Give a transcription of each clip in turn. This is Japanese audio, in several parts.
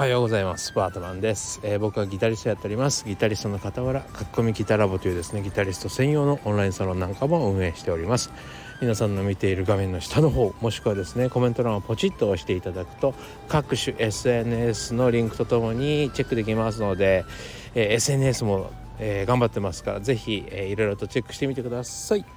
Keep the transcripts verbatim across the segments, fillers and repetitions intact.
ようございます。バートマンです、えー、僕はギタリストやっております。ギタリストの傍ら書き込みギタラボというですねギタリスト専用のオンラインサロンなんかも運営しております。皆さんの見ている画面の下の方もしくはですねコメント欄をポチッと押していただくと各種 エスエヌエス のリンクとともにチェックできますので、えー、エスエヌエス も、えー、頑張ってますからぜひ、えー、いろいろとチェックしてみてください。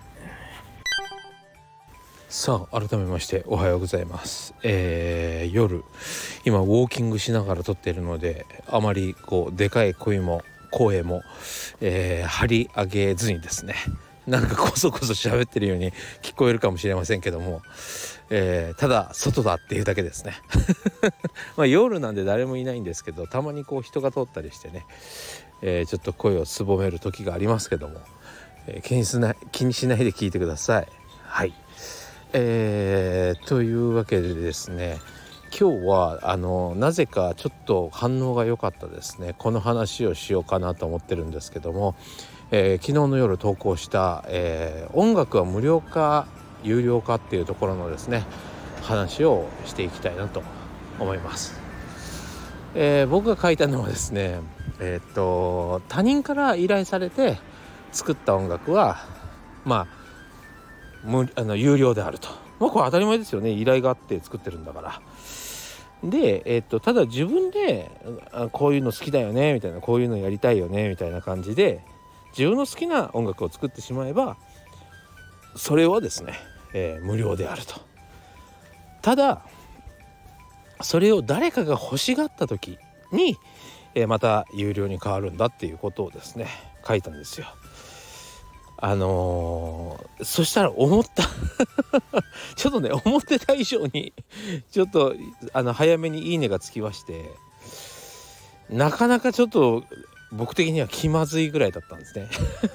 さあ改めましておはようございます、えー、夜今ウォーキングしながら撮っているのであまりこうでかい声も声も、えー、張り上げずにですねなんかこそこそ喋ってるように聞こえるかもしれませんけども、えー、ただ外だっていうだけですねまあ夜なんで誰もいないんですけどたまにこう人が通ったりしてね、えー、ちょっと声をすぼめる時がありますけども、えー、気にしない気にしないで聞いてください。はいえー、というわけでですね今日はあのなぜかちょっと反応が良かったですねこの話をしようかなと思ってるんですけども、えー、昨日の夜投稿した、えー、音楽は無料か有料かっていうところのですね話をしていきたいなと思います。えー、僕が書いたのはですねえー、っと他人から依頼されて作った音楽はまあ無あの有料であると、まあ、これ当たり前ですよね。依頼があって作ってるんだから。で、えっと、ただ自分であこういうの好きだよねみたいなこういうのやりたいよねみたいな感じで自分の好きな音楽を作ってしまえばそれはですね、えー、無料であると。ただそれを誰かが欲しがった時に、えー、また有料に変わるんだっていうことをですね書いたんですよ。あのー、そしたら思ったちょっとね思ってた以上にちょっとあの早めにいいねがつきましてなかなかちょっと僕的には気まずいぐらいだったんですね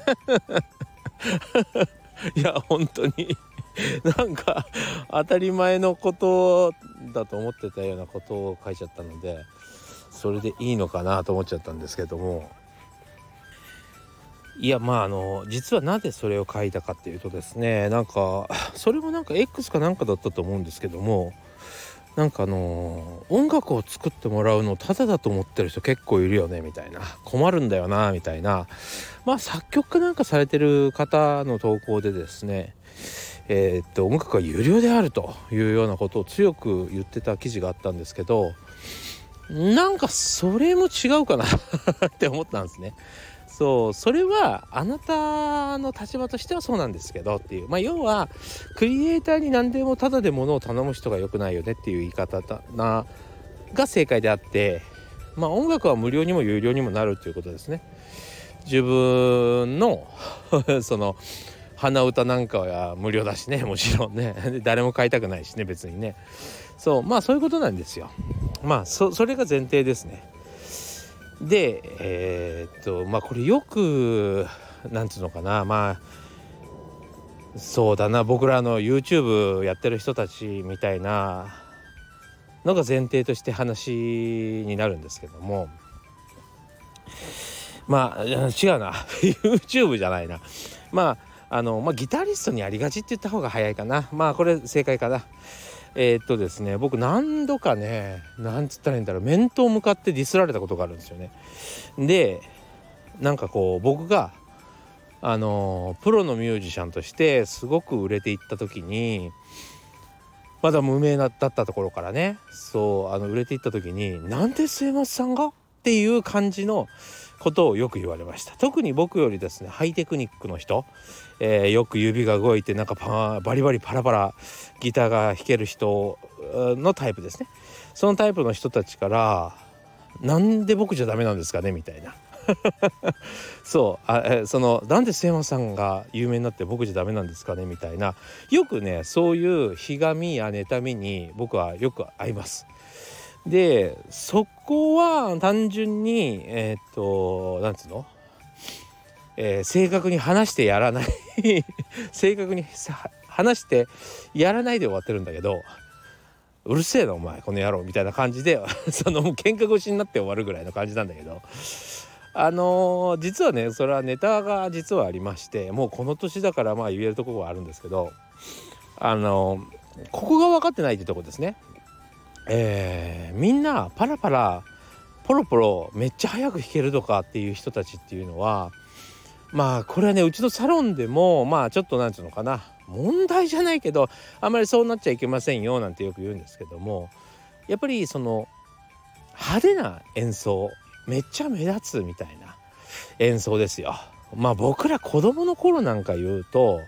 いや本当になんか当たり前のことだと思ってたようなことを書いちゃったのでそれでいいのかなと思っちゃったんですけどもいやまああの実はなぜそれを書いたかっていうとですねなんかそれもなんか X かなんかだったと思うんですけどもなんかあの音楽を作ってもらうのタダだと思ってる人結構いるよねみたいな困るんだよなみたいなまあ作曲家なんかされてる方の投稿でですねえー、っと音楽が有料であるというようなことを強く言ってた記事があったんですけどなんかそれも違うかなって思ったんですね。そうそれはあなたの立場としてはそうなんですけどっていうまあ要はクリエイターに何でもタダで物を頼む人が良くないよねっていう言い方だなが正解であってまあ音楽は無料にも有料にもなるっていうことですね。自分のその鼻歌なんかは無料だしねもちろんね誰も買いたくないしね別にねそうまあそういうことなんですよ。まあ そ, それが前提ですね。でえー、っとまあこれよくなんつうのかなまあそうだな僕らの YouTube やってる人たちみたいなのが前提として話になるんですけどもまあ違うなYouTube じゃないなまああのまあギタリストにありがちって言った方が早いかなまあこれ正解かな。えー、っとですね僕何度かねなんつったらいいんだろう面と向かってディスられたことがあるんですよね。でなんかこう僕があのプロのミュージシャンとしてすごく売れていった時にまだ無名だったところからねそうあの売れていった時になんで末松さんがっていう感じのことをよく言われました。特に僕よりですねハイテクニックの人、えー、よく指が動いてなんかパバリバリパラパラギターが弾ける人のタイプですね。そのタイプの人たちからなんで僕じゃダメなんですかねみたいなそうあえそのなんで末松さんが有名になって僕じゃダメなんですかねみたいなよくねそういうひがみや妬みに僕はよく合います。でそこは単純にえー、っとなんつうの、えー、正確に話してやらない正確に話してやらないで終わってるんだけどうるせえなお前この野郎みたいな感じでそのもう喧嘩腰になって終わるぐらいの感じなんだけどあのー、実はねそれはネタが実はありましてもうこの年だからまあ言えるところはあるんですけどあのー、ここが分かってないってとこですね。えー、みんなパラパラポロポロめっちゃ早く弾けるとかっていう人たちっていうのは、まあこれはねうちのサロンでもまあちょっとなんていうのかな、問題じゃないけどあんまりそうなっちゃいけませんよなんてよく言うんですけども、やっぱりその派手な演奏、めっちゃ目立つみたいな演奏ですよ。まあ僕ら子供の頃なんか言うと、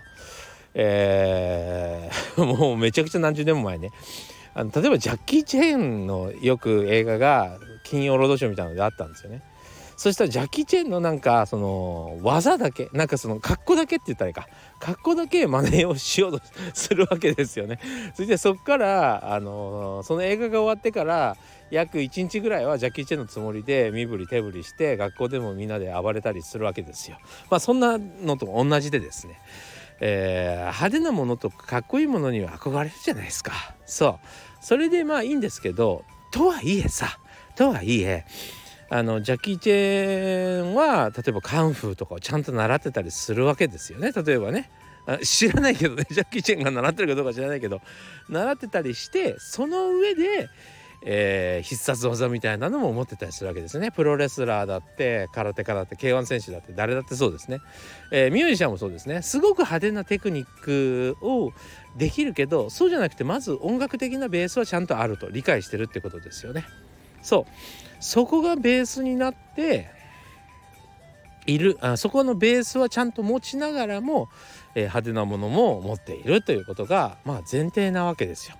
えー、もうめちゃくちゃ何十年も前ね、あの例えばジャッキー・チェーンのよく映画が金曜ロードショーみたいなのであったんですよね。そしたらジャッキー・チェーンのなんかその技だけ、なんかその格好だけって言ったらいいか、格好だけ真似をしようとするわけですよね。それでそっからあのその映画が終わってから約いちにちぐらいはジャッキー・チェーンのつもりで身振り手振りして学校でもみんなで暴れたりするわけですよ。まあそんなのと同じでですね、えー、派手なものとかかっこいいものには憧れるじゃないですか。そうそれでまあいいんですけど、とはいえさとはいえあのジャッキー・チェーンは例えばカンフーとかをちゃんと習ってたりするわけですよね。例えばね、あ知らないけどね、ジャッキー・チェーンが習ってるかどうか知らないけど習ってたりして、その上で、えー、必殺技みたいなのも持ってたりするわけですね。プロレスラーだって空手家だって ケーワン 選手だって誰だってそうですね、えー、ミュージシャンもそうですね。すごく派手なテクニックをできるけど、そうじゃなくてまず音楽的なベースはちゃんとあると理解してるってことですよね。そうそこがベースになっている、あそこのベースはちゃんと持ちながらも、えー、派手なものも持っているということがまあ前提なわけですよ。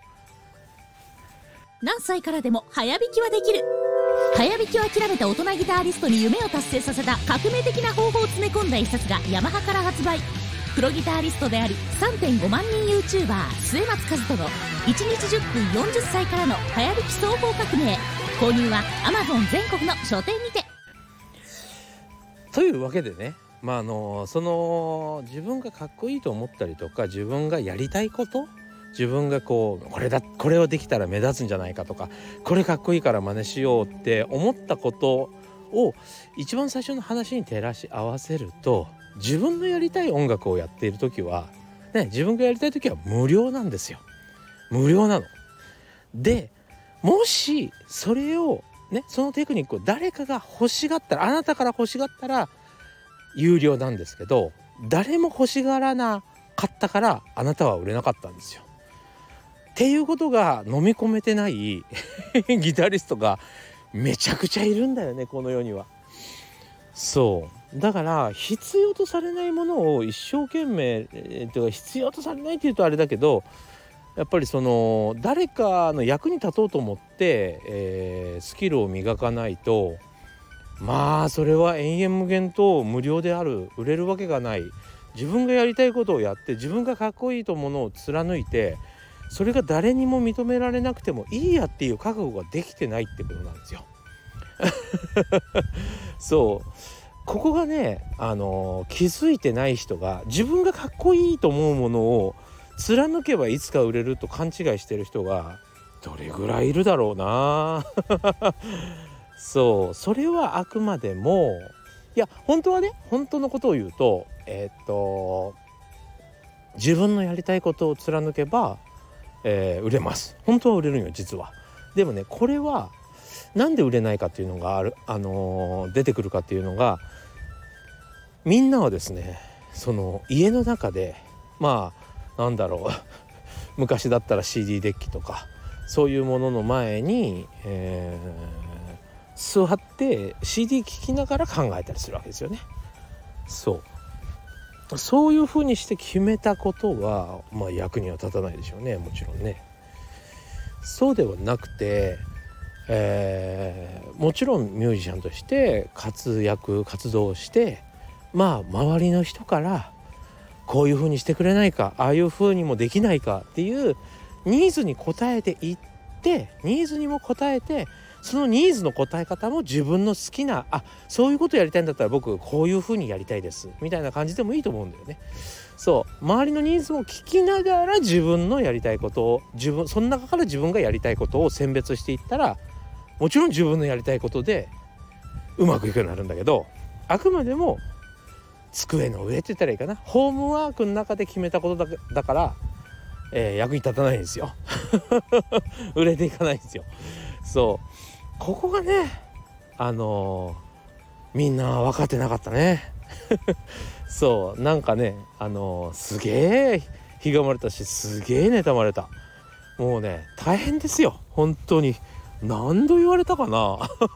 何歳からでも早弾きはできる。早弾きを諦めた大人ギタリストに夢を達成させた革命的な方法を詰め込んだ一冊がヤマハから発売。プロギタリストであり さんてんごまんにん YouTuber 末松和人のいちにちじゅっぷんよんじゅっさいからの早弾き総合革命。購入は Amazon 全国の書店にて。 というわけでね、まああのその自分がかっこいいと思ったりとか、自分がやりたいこと、自分がこうこれだこれをできたら目立つんじゃないかとか、これかっこいいから真似しようって思ったことを一番最初の話に照らし合わせると、自分のやりたい音楽をやっている時はね、自分がやりたい時は無料なんですよ。無料なので、もしそれをね、そのテクニックを誰かが欲しがったら、あなたから欲しがったら有料なんですけど、誰も欲しがらなかったからあなたは売れなかったんですよっていうことが飲み込めてないギタリストがめちゃくちゃいるんだよね、この世には。そうだから必要とされないものを一生懸命、えー、とか必要とされないっていうとあれだけど、やっぱりその誰かの役に立とうと思って、えー、スキルを磨かないと、まあそれは延々無限と無料である、売れるわけがない。自分がやりたいことをやって、自分がかっこいいとものを貫いて、それが誰にも認められなくてもいいやっていう覚悟ができてないってことなんですよそうここがね、あのー、気づいてない人が自分がかっこいいと思うものを貫けばいつか売れると勘違いしてる人がどれぐらいいるだろうなそうそれはあくまでも、いや本当はね、本当のことを言うと、えー、っと自分のやりたいことを貫けば、えー、売れます。本当は売れるよ実は。でもね、これはなんで売れないかっていうのがある、あのー、出てくるかっていうのが、みんなはですね、その家の中でまあなんだろう昔だったら シーディー デッキとかそういうものの前に、えー、座って シーディー 聴きながら考えたりするわけですよね。そうそういうふうにして決めたことはまあ役には立たないでしょうね、もちろんね。そうではなくて、えー、もちろんミュージシャンとして活躍活動して、まあ周りの人からこういう風にしてくれないか、ああいう風にもできないかっていうニーズに応えていって、ニーズにも応えて、そのニーズの応え方も自分の好きな、あ、そういうことやりたいんだったら僕こういう風にやりたいですみたいな感じでもいいと思うんだよね。そう周りのニーズも聞きながら自分のやりたいことを、自分その中から自分がやりたいことを選別していったら、もちろん自分のやりたいことでうまくいくようになるんだけど、あくまでも机の上って言ったらいいかな、ホームワークの中で決めたことだ、だから、えー、役に立たないんですよ売れていかないんですよ。そうここがねあのー、みんな分かってなかったねそうなんかねあのー、すげえ日が生まれたしすげえ妬まれた。もうね大変ですよ本当に。何度言われたかな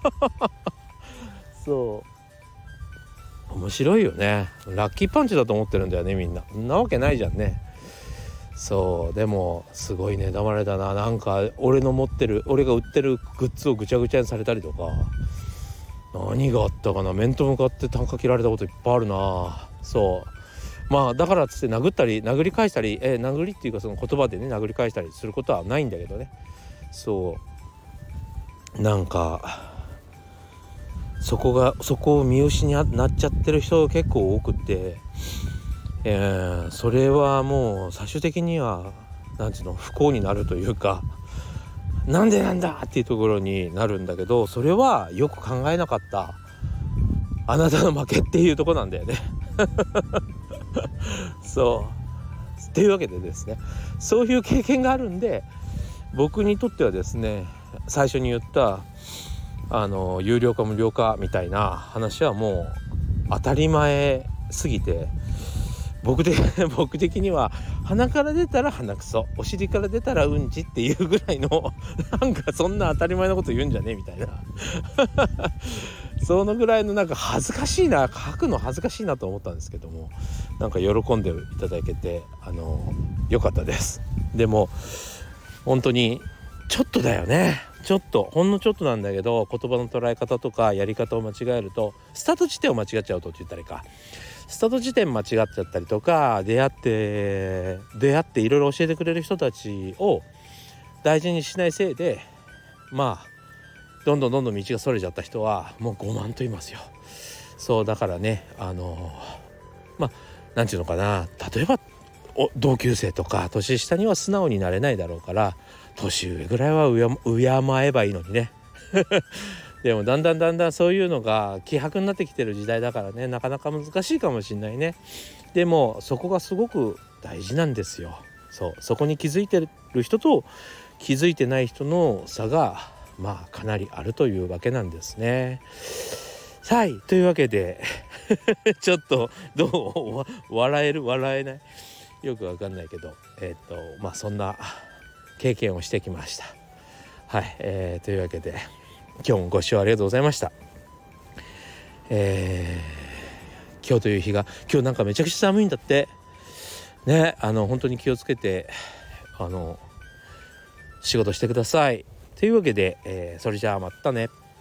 そう面白いよね。ラッキーパンチだと思ってるんだよねみんな。そんなわけないじゃんね。そうでもすごいね妬まれたな。なんか俺の持ってる俺が売ってるグッズをぐちゃぐちゃにされたりとか、何があったかな。面と向かって単価切られたこといっぱいあるな。そうまあだからっつって殴ったり殴り返したりえ殴りっていうかその言葉でね殴り返したりすることはないんだけどね。そうなんかそこがそこを見失になっちゃってる人結構多くって、えー、それはもう最終的にはなんていうの不幸になるというか、なんでなんだっていうところになるんだけど、それはよく考えなかったあなたの負けっていうところなんだよねそうっていうわけでですね、そういう経験があるんで僕にとってはですね、最初に言ったあの有料化無料化みたいな話はもう当たり前すぎて、僕で僕的には鼻から出たら鼻くそ、お尻から出たらうんちっていうぐらいのなんかそんな当たり前のこと言うんじゃねえみたいなそのぐらいのなんか恥ずかしいな、書くの恥ずかしいなと思ったんですけども、なんか喜んでいただけてあの良かったです。でも本当にちょっとだよね、ちょっとほんのちょっとなんだけど、言葉の捉え方とかやり方を間違えると、スタート地点を間違っちゃうとって言ったらいいか、スタート時点間違っちゃったりとか、出会って出会っていろいろ教えてくれる人たちを大事にしないせいで、まあどんどんどんどん道がそれちゃった人はもうごまんといますよ。そうだからね、あのまあなんていうのかな、例えばお同級生とか年下には素直になれないだろうから、年上ぐらいは敬えばいいのにねでもだんだんだんだんそういうのが希薄になってきてる時代だからね、なかなか難しいかもしれないね。でもそこがすごく大事なんですよ。そうそこに気づいてる人と気づいてない人の差がまあかなりあるというわけなんですね。はいというわけでちょっとどう笑える笑えないよくわかんないけど、えっとまあそんな経験をしてきました。はい、えー、というわけで今日もご視聴ありがとうございました。えー、今日という日が今日なんかめちゃくちゃ寒いんだってね。あの本当に気をつけてあの仕事してくださいというわけで、えー、それじゃあまたね。